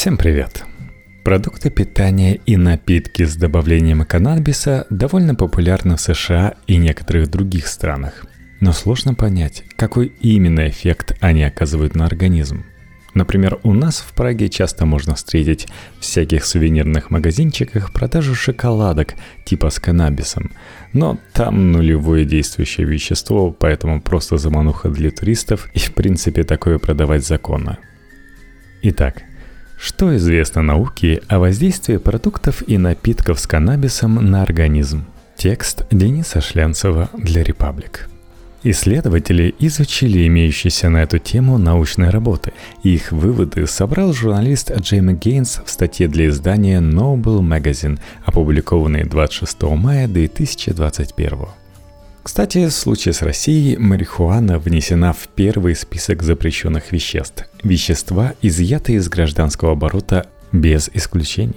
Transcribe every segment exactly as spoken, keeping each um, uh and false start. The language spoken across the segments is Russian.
Всем привет! Продукты питания и напитки с добавлением каннабиса довольно популярны в США и некоторых других странах. Но сложно понять, какой именно эффект они оказывают на организм. Например, у нас в Праге часто можно встретить в всяких сувенирных магазинчиках продажу шоколадок типа с каннабисом. Но там нулевое действующее вещество, поэтому просто замануха для туристов, и в принципе такое продавать законно. Итак, что известно науке о воздействии продуктов и напитков с каннабисом на организм? Текст Дениса Шлянцева для Republic. Исследователи изучили имеющиеся на эту тему научные работы. Их выводы собрал журналист Джейми Гейнс в статье для издания Noble Magazine, опубликованной двадцать шестого мая две тысячи двадцать первого. Кстати, в случае с Россией марихуана внесена в первый список запрещенных веществ. Вещества, изъятые из гражданского оборота без исключений.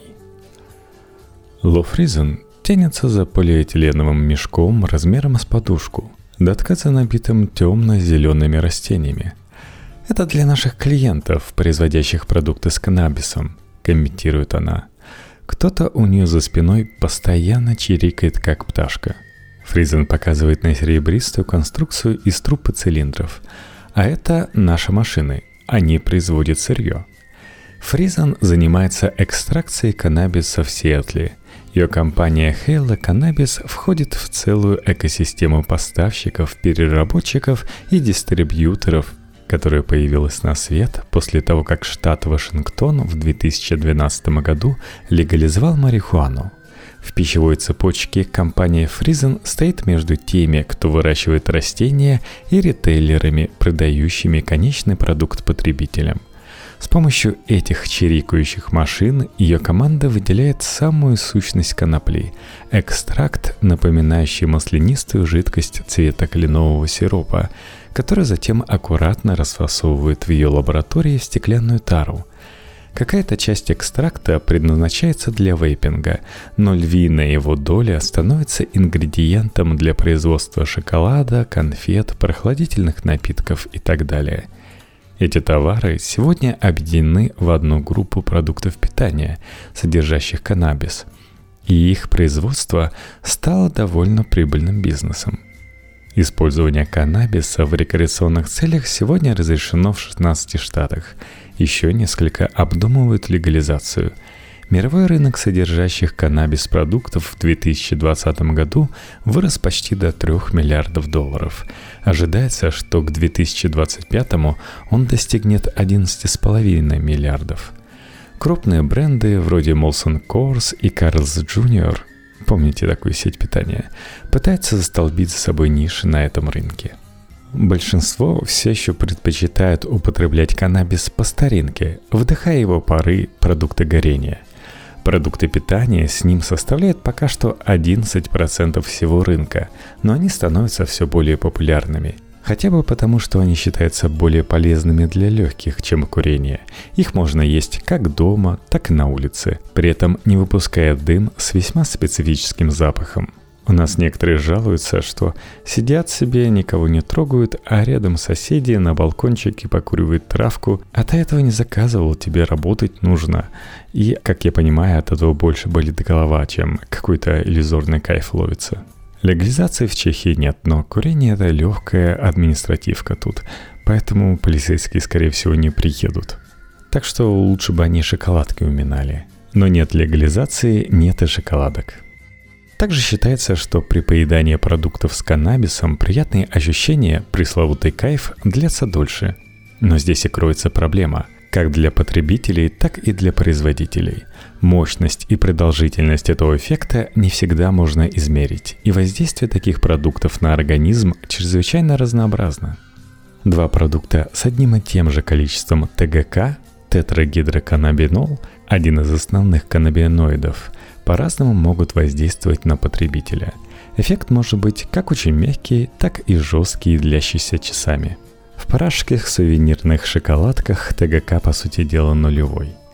Low Frizzen тянется за полиэтиленовым мешком размером с подушку, до отказа набитым темно-зелеными растениями. Это для наших клиентов, производящих продукты с каннабисом, комментирует она. Кто-то у нее за спиной постоянно чирикает, как пташка. Frizzen показывает на серебристую конструкцию из труб и цилиндров. А это наши машины. Они производят сырье. Frizzen занимается экстракцией каннабиса в Сиэтле. Ее компания Halo Cannabis входит в целую экосистему поставщиков, переработчиков и дистрибьюторов, которая появилась на свет после того, как штат Вашингтон в две тысячи двенадцатом году легализовал марихуану. В пищевой цепочке компания Frizzen стоит между теми, кто выращивает растения, и ритейлерами, продающими конечный продукт потребителям. С помощью этих чирикающих машин ее команда выделяет самую сущность конопли – экстракт, напоминающий маслянистую жидкость цвета кленового сиропа, который затем аккуратно расфасовывают в ее лаборатории в стеклянную тару. Какая-то часть экстракта предназначается для вейпинга, но львиная его доля становится ингредиентом для производства шоколада, конфет, прохладительных напитков и так далее. Эти товары сегодня объединены в одну группу продуктов питания, содержащих каннабис, и их производство стало довольно прибыльным бизнесом. Использование каннабиса в рекреационных целях сегодня разрешено в шестнадцати штатах. Еще несколько обдумывают легализацию. Мировой рынок содержащих каннабис-продуктов в две тысячи двадцатом году вырос почти до трёх миллиардов долларов. Ожидается, что к две тысячи двадцать пятому он достигнет одиннадцати с половиной миллиардов. Крупные бренды вроде Molson Coors и Carl's джуниор, помните такую сеть питания, пытаются застолбить за собой ниши на этом рынке. Большинство все еще предпочитают употреблять каннабис по старинке, вдыхая его пары, продукты горения. Продукты питания с ним составляют пока что одиннадцать процентов всего рынка, но они становятся все более популярными. Хотя бы потому, что они считаются более полезными для легких, чем курение. Их можно есть как дома, так и на улице, при этом не выпуская дым с весьма специфическим запахом. У нас некоторые жалуются, что сидят себе, никого не трогают, а рядом соседи на балкончике покуривают травку, а ты этого не заказывал, тебе работать нужно. И, как я понимаю, от этого больше болит голова, чем какой-то иллюзорный кайф ловится. Легализации в Чехии нет, но курение – это легкая административка тут, поэтому полицейские, скорее всего, не приедут. Так что лучше бы они шоколадки уминали. Но нет легализации, нет и шоколадок. Также считается, что при поедании продуктов с каннабисом приятные ощущения, пресловутый кайф, длятся дольше. Но здесь и кроется проблема, как для потребителей, так и для производителей. Мощность и продолжительность этого эффекта не всегда можно измерить, и воздействие таких продуктов на организм чрезвычайно разнообразно. Два продукта с одним и тем же количеством тэ гэ ка, тетрагидроканнабинол, один из основных каннабиноидов, по-разному могут воздействовать на потребителя. Эффект может быть как очень мягкий, так и жесткий, длящийся часами. В порошках сувенирных шоколадках тэ гэ ка, по сути дела, нулевой.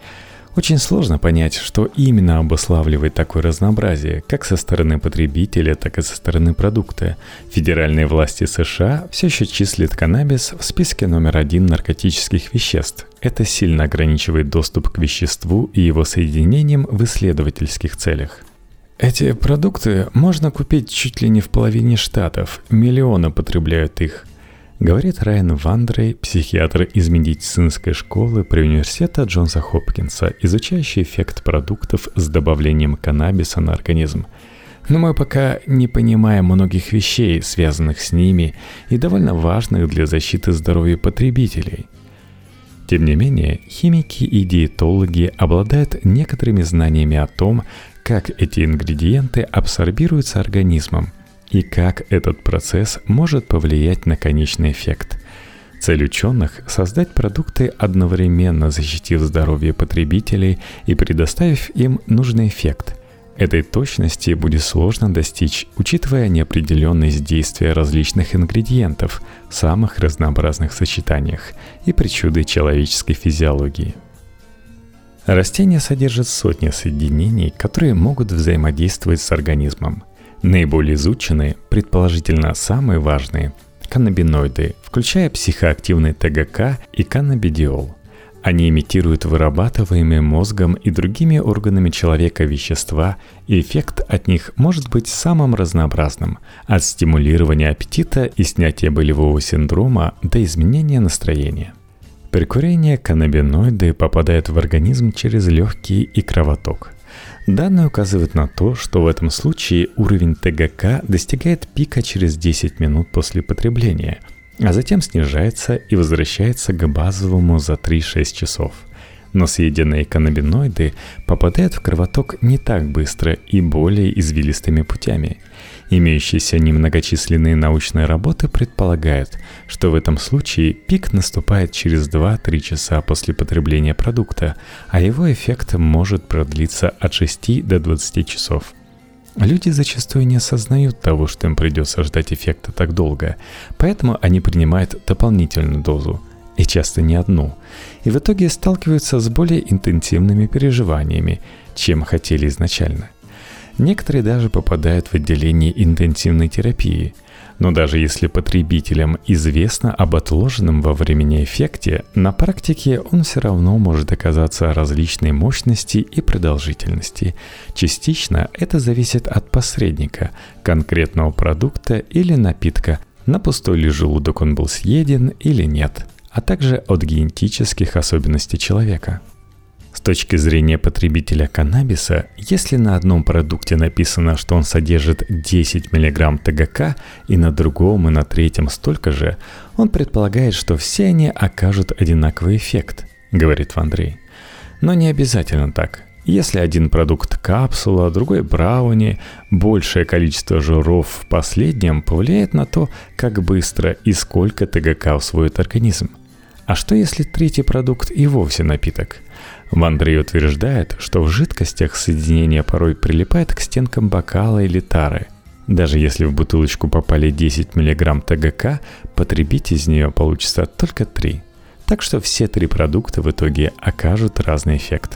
Очень сложно понять, что именно обуславливает такое разнообразие, как со стороны потребителя, так и со стороны продукта. Федеральные власти США все еще числят каннабис в списке номер один наркотических веществ. Это сильно ограничивает доступ к веществу и его соединениям в исследовательских целях. Эти продукты можно купить чуть ли не в половине штатов, миллионы потребляют их. Говорит Райан Вандрей, психиатр из медицинской школы при университете Джонса Хопкинса, изучающий эффект продуктов с добавлением каннабиса на организм. Но мы пока не понимаем многих вещей, связанных с ними, и довольно важных для защиты здоровья потребителей. Тем не менее, химики и диетологи обладают некоторыми знаниями о том, как эти ингредиенты абсорбируются организмом, и как этот процесс может повлиять на конечный эффект. Цель ученых – создать продукты, одновременно защитив здоровье потребителей и предоставив им нужный эффект. Этой точности будет сложно достичь, учитывая неопределенность действия различных ингредиентов в самых разнообразных сочетаниях и причуды человеческой физиологии. Растения содержат сотни соединений, которые могут взаимодействовать с организмом. Наиболее изученные, предположительно самые важные, каннабиноиды, включая психоактивный тэ гэ ка и каннабидиол. Они имитируют вырабатываемые мозгом и другими органами человека вещества, и эффект от них может быть самым разнообразным – от стимулирования аппетита и снятия болевого синдрома до изменения настроения. При курении каннабиноиды попадают в организм через легкие и кровоток. Данные указывают на то, что в этом случае уровень тэ гэ ка достигает пика через десять минут после потребления, а затем снижается и возвращается к базовому за три-шесть часов. Но съеденные каннабиноиды попадают в кровоток не так быстро и более извилистыми путями. Имеющиеся немногочисленные научные работы предполагают, что в этом случае пик наступает через два-три часа после потребления продукта, а его эффект может продлиться от шести до двадцати часов. Люди зачастую не осознают того, что им придется ждать эффекта так долго, поэтому они принимают дополнительную дозу, и часто не одну, и в итоге сталкиваются с более интенсивными переживаниями, чем хотели изначально. Некоторые даже попадают в отделение интенсивной терапии, но даже если потребителям известно об отложенном во времени эффекте, на практике он все равно может оказаться различной мощности и продолжительности. Частично это зависит от посредника, конкретного продукта или напитка, на пустой ли желудок он был съеден или нет, а также от генетических особенностей человека. С точки зрения потребителя каннабиса, если на одном продукте написано, что он содержит десять миллиграмм тэ гэ ка, и на другом и на третьем столько же, он предполагает, что все они окажут одинаковый эффект, говорит Вандрей. Но не обязательно так. Если один продукт капсула, другой брауни, большее количество жиров в последнем повлияет на то, как быстро и сколько тэ гэ ка усвоит организм. А что если третий продукт и вовсе напиток? Вандрей утверждает, что в жидкостях соединение порой прилипает к стенкам бокала или тары. Даже если в бутылочку попали десять миллиграмм тэ гэ ка, потребить из нее получится только три. Так что все три продукта в итоге окажут разный эффект.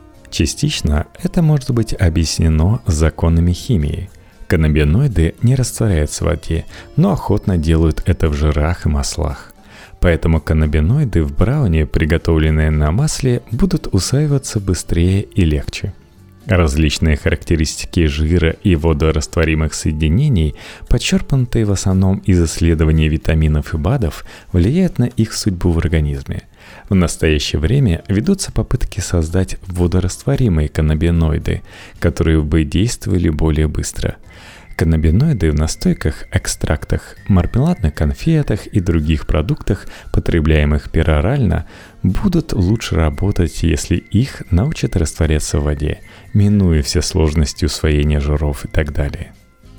Частично это может быть объяснено законами химии. Каннабиноиды не растворяются в воде, но охотно делают это в жирах и маслах. Поэтому каннабиноиды в брауни, приготовленные на масле, будут усваиваться быстрее и легче. Различные характеристики жира и водорастворимых соединений, подчеркнутые в основном из исследований витаминов и БАДов, влияют на их судьбу в организме. В настоящее время ведутся попытки создать водорастворимые каннабиноиды, которые бы действовали более быстро. Каннабиноиды в настойках, экстрактах, мармеладных конфетах и других продуктах, потребляемых перорально, будут лучше работать, если их научат растворяться в воде, минуя все сложности усвоения жиров и так далее.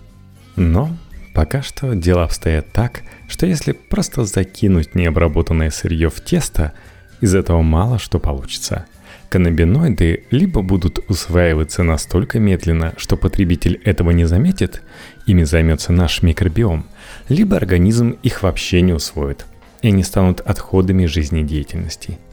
Но пока что дела обстоят так, что если просто закинуть необработанное сырье в тесто, из этого мало что получится. Каннабиноиды либо будут усваиваться настолько медленно, что потребитель этого не заметит, ими займется наш микробиом, либо организм их вообще не усвоит, и они станут отходами жизнедеятельности.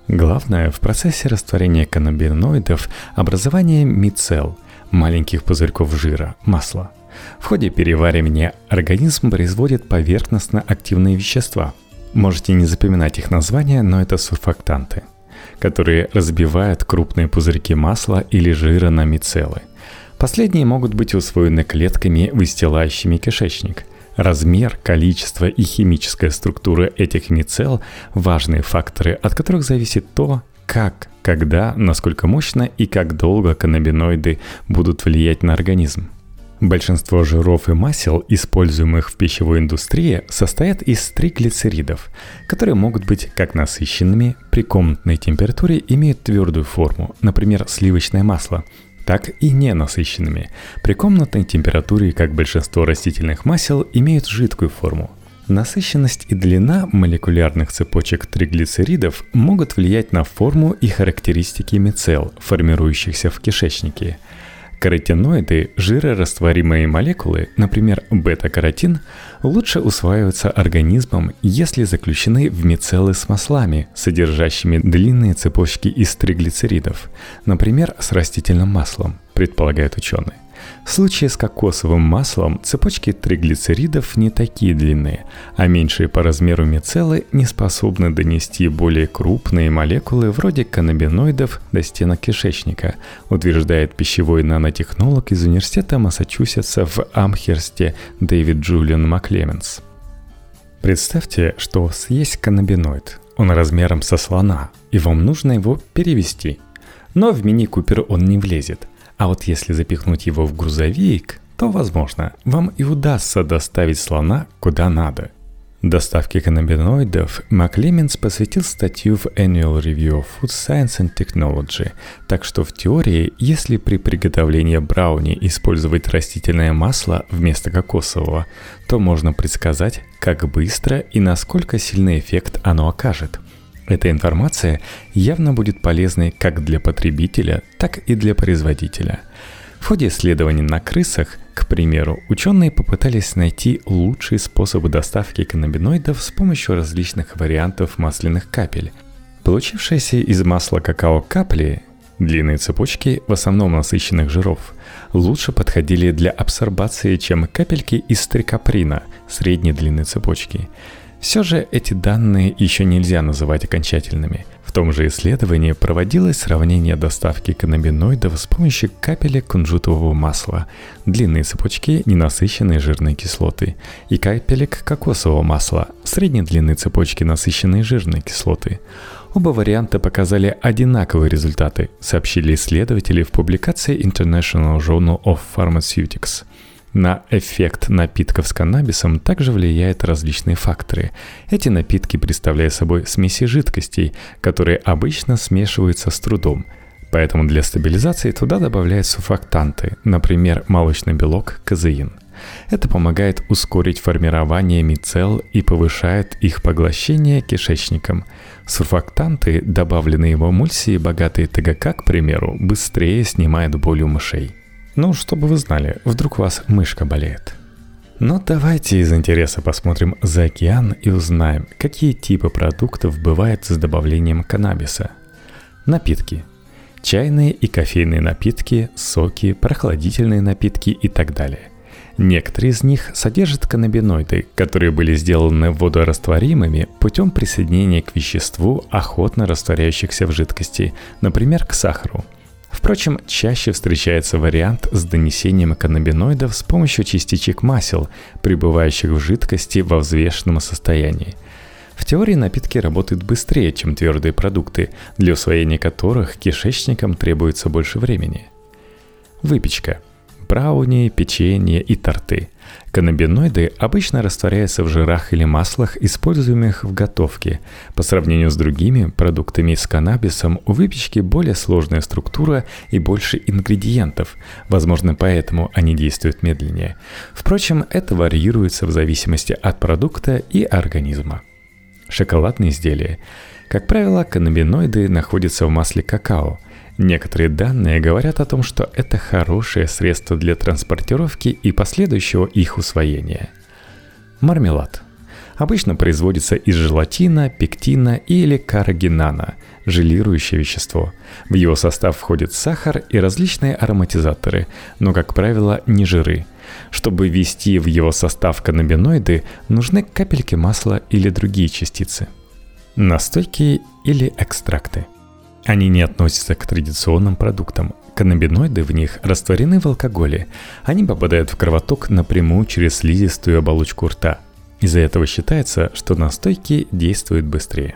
Главное в процессе растворения каннабиноидов – образование мицелл, маленьких пузырьков жира, масла. В ходе переваривания организм производит поверхностно активные вещества. Можете не запоминать их названия, но это сурфактанты, которые разбивают крупные пузырьки масла или жира на мицеллы. Последние могут быть усвоены клетками, выстилающими кишечник. Размер, количество и химическая структура этих мицелл – важные факторы, от которых зависит то, как, когда, насколько мощно и как долго каннабиноиды будут влиять на организм. Большинство жиров и масел, используемых в пищевой индустрии, состоят из триглицеридов, которые могут быть как насыщенными, при комнатной температуре имеют твердую форму, например, сливочное масло, так и ненасыщенными. При комнатной температуре, как большинство растительных масел, имеют жидкую форму. Насыщенность и длина молекулярных цепочек триглицеридов могут влиять на форму и характеристики мицелл, формирующихся в кишечнике. Каротиноиды, жирорастворимые молекулы, например, бета-каротин, лучше усваиваются организмом, если заключены в мицеллы с маслами, содержащими длинные цепочки из триглицеридов, например, с растительным маслом, предполагают ученые. В случае с кокосовым маслом цепочки триглицеридов не такие длинные, а меньшие по размеру мицеллы не способны донести более крупные молекулы вроде каннабиноидов до стенок кишечника, утверждает пищевой нанотехнолог из университета Массачусетса в Амхерсте Дэвид Джулиан Маклеменс. Представьте, что съесть каннабиноид. Он размером со слона, и вам нужно его перевести. Но в мини-купер он не влезет. А вот если запихнуть его в грузовик, то, возможно, вам и удастся доставить слона куда надо. Доставке каннабиноидов Маклеменс посвятил статью в Annual Review of Food Science and Technology, так что в теории, если при приготовлении брауни использовать растительное масло вместо кокосового, то можно предсказать, как быстро и насколько сильный эффект оно окажет. Эта информация явно будет полезной как для потребителя, так и для производителя. В ходе исследований на крысах, к примеру, ученые попытались найти лучшие способы доставки каннабиноидов с помощью различных вариантов масляных капель. Получившиеся из масла какао капли, длинные цепочки, в основном насыщенных жиров, лучше подходили для абсорбации, чем капельки из трикоприна, средней длины цепочки. Все же эти данные еще нельзя называть окончательными. В том же исследовании проводилось сравнение доставки каннабиноидов с помощью капелек кунжутового масла, длинные цепочки ненасыщенной жирной кислоты, и капелек кокосового масла, средней длины цепочки насыщенной жирной кислоты. Оба варианта показали одинаковые результаты, сообщили исследователи в публикации International Journal of Pharmaceutics. На эффект напитков с каннабисом также влияют различные факторы. Эти напитки представляют собой смеси жидкостей, которые обычно смешиваются с трудом. Поэтому для стабилизации туда добавляют сурфактанты, например, молочный белок, казеин. Это помогает ускорить формирование мицелл и повышает их поглощение кишечником. Сурфактанты, добавленные в эмульсии, богатые ТГК, к примеру, быстрее снимают боль у мышей. Ну, чтобы вы знали, вдруг у вас мышка болеет. Но давайте из интереса посмотрим за океан и узнаем, какие типы продуктов бывают с добавлением каннабиса. Напитки. Чайные и кофейные напитки, соки, прохладительные напитки и так далее. Некоторые из них содержат каннабиноиды, которые были сделаны водорастворимыми путем присоединения к веществу, охотно растворяющихся в жидкости, например, к сахару. Впрочем, чаще встречается вариант с донесением каннабиноидов с помощью частичек масел, пребывающих в жидкости во взвешенном состоянии. В теории напитки работают быстрее, чем твердые продукты, для усвоения которых кишечникам требуется больше времени. Выпечка. Брауни, печенье и торты. Каннабиноиды обычно растворяются в жирах или маслах, используемых в готовке. По сравнению с другими продуктами с каннабисом, у выпечки более сложная структура и больше ингредиентов. Возможно, поэтому они действуют медленнее. Впрочем, это варьируется в зависимости от продукта и организма. Шоколадные изделия. Как правило, каннабиноиды находятся в масле какао. Некоторые данные говорят о том, что это хорошее средство для транспортировки и последующего их усвоения. Мармелад. Обычно производится из желатина, пектина или каррагинана, желирующее вещество. В его состав входит сахар и различные ароматизаторы, но, как правило, не жиры. Чтобы ввести в его состав каннабиноиды, нужны капельки масла или другие частицы. Настойки или экстракты. Они не относятся к традиционным продуктам. Каннабиноиды в них растворены в алкоголе. Они попадают в кровоток напрямую через слизистую оболочку рта. Из-за этого считается, что настойки действуют быстрее.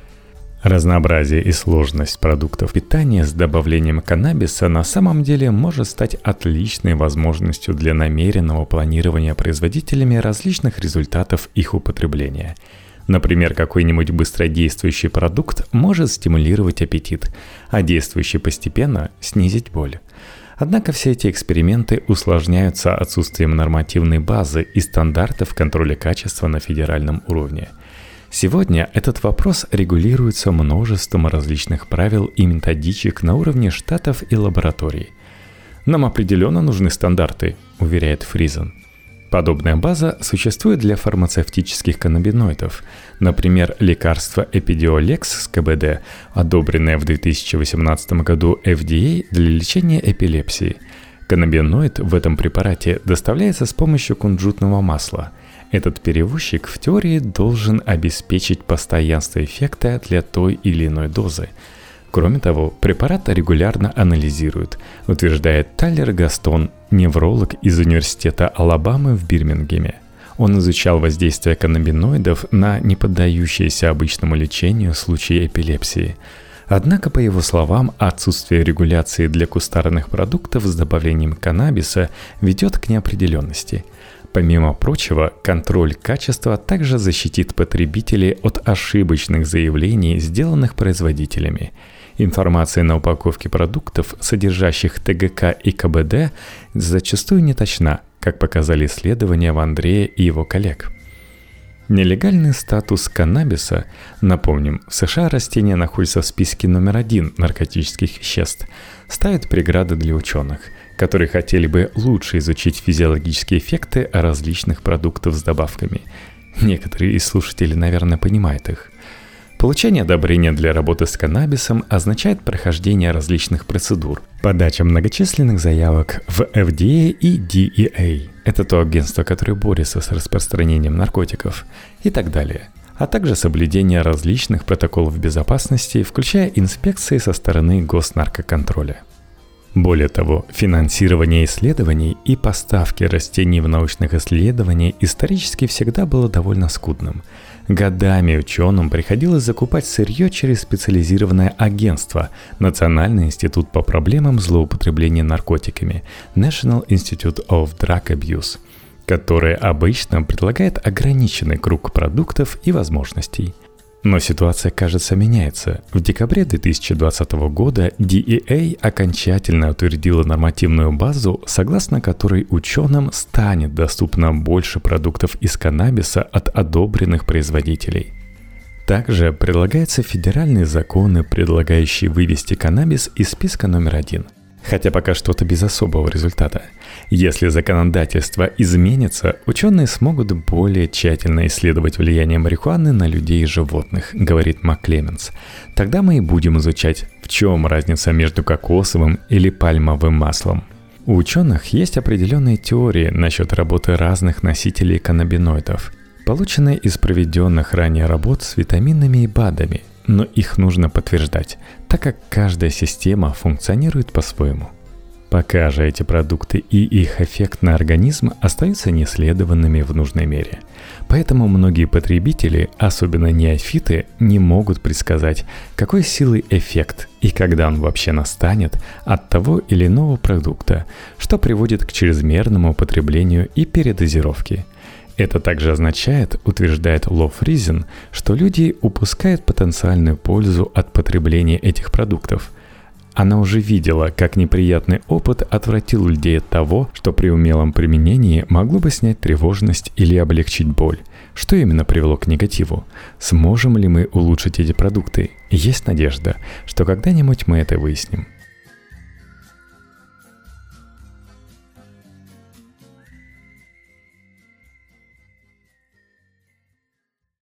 Разнообразие и сложность продуктов питания с добавлением каннабиса на самом деле может стать отличной возможностью для намеренного планирования производителями различных результатов их употребления. Например, какой-нибудь быстродействующий продукт может стимулировать аппетит, а действующий постепенно снизить боль. Однако все эти эксперименты усложняются отсутствием нормативной базы и стандартов контроля качества на федеральном уровне. Сегодня этот вопрос регулируется множеством различных правил и методичек на уровне штатов и лабораторий. «Нам определенно нужны стандарты», — уверяет Фризен. Подобная база существует для фармацевтических каннабиноидов. Например, лекарство Epidiolex с КБД, одобренное в две тысячи восемнадцатом году эф ди эй для лечения эпилепсии. Каннабиноид в этом препарате доставляется с помощью кунжутного масла. Этот перевозчик в теории должен обеспечить постоянство эффекта для той или иной дозы. Кроме того, препарат регулярно анализируют, утверждает Тайлер Гастон, невролог из Университета Алабамы в Бирмингеме. Он изучал воздействие каннабиноидов на неподдающиеся обычному лечению случаи эпилепсии. Однако, по его словам, отсутствие регуляции для кустарных продуктов с добавлением каннабиса ведет к неопределенности. Помимо прочего, контроль качества также защитит потребителей от ошибочных заявлений, сделанных производителями. Информация на упаковке продуктов, содержащих ТГК и КБД, зачастую неточна, как показали исследования Андрея и его коллег. Нелегальный статус каннабиса, напомним, в США растение находится в списке номер один наркотических веществ, ставит преграды для ученых, которые хотели бы лучше изучить физиологические эффекты различных продуктов с добавками. Некоторые из слушателей, наверное, понимают их. Получение одобрения для работы с каннабисом означает прохождение различных процедур, подача многочисленных заявок в эф ди эй и ди и эй – это то агентство, которое борется с распространением наркотиков, и так далее, а также соблюдение различных протоколов безопасности, включая инспекции со стороны госнаркоконтроля. Более того, финансирование исследований и поставки растений в научных исследованиях исторически всегда было довольно скудным. Годами ученым приходилось закупать сырье через специализированное агентство Национальный институт по проблемам злоупотребления наркотиками National Institute of Drug Abuse, которое обычно предлагает ограниченный круг продуктов и возможностей. Но ситуация, кажется, меняется. В декабре две тысячи двадцатого года ди и эй окончательно утвердила нормативную базу, согласно которой ученым станет доступно больше продуктов из каннабиса от одобренных производителей. Также предлагаются федеральные законы, предлагающие вывести каннабис из списка номер один. Хотя пока что-то без особого результата. Если законодательство изменится, ученые смогут более тщательно исследовать влияние марихуаны на людей и животных, говорит МакКлеменс. Тогда мы и будем изучать, в чем разница между кокосовым или пальмовым маслом. У ученых есть определенные теории насчет работы разных носителей каннабиноидов, полученные из проведенных ранее работ с витаминами и БАДами. Но их нужно подтверждать, так как каждая система функционирует по-своему. Пока же эти продукты и их эффект на организм остаются неисследованными в нужной мере. Поэтому многие потребители, особенно неофиты, не могут предсказать, какой силы эффект и когда он вообще настанет от того или иного продукта, что приводит к чрезмерному потреблению и передозировке. Это также означает, утверждает Ло Фризен, что люди упускают потенциальную пользу от потребления этих продуктов. Она уже видела, как неприятный опыт отвратил людей от того, что при умелом применении могло бы снять тревожность или облегчить боль. Что именно привело к негативу? Сможем ли мы улучшить эти продукты? Есть надежда, что когда-нибудь мы это выясним.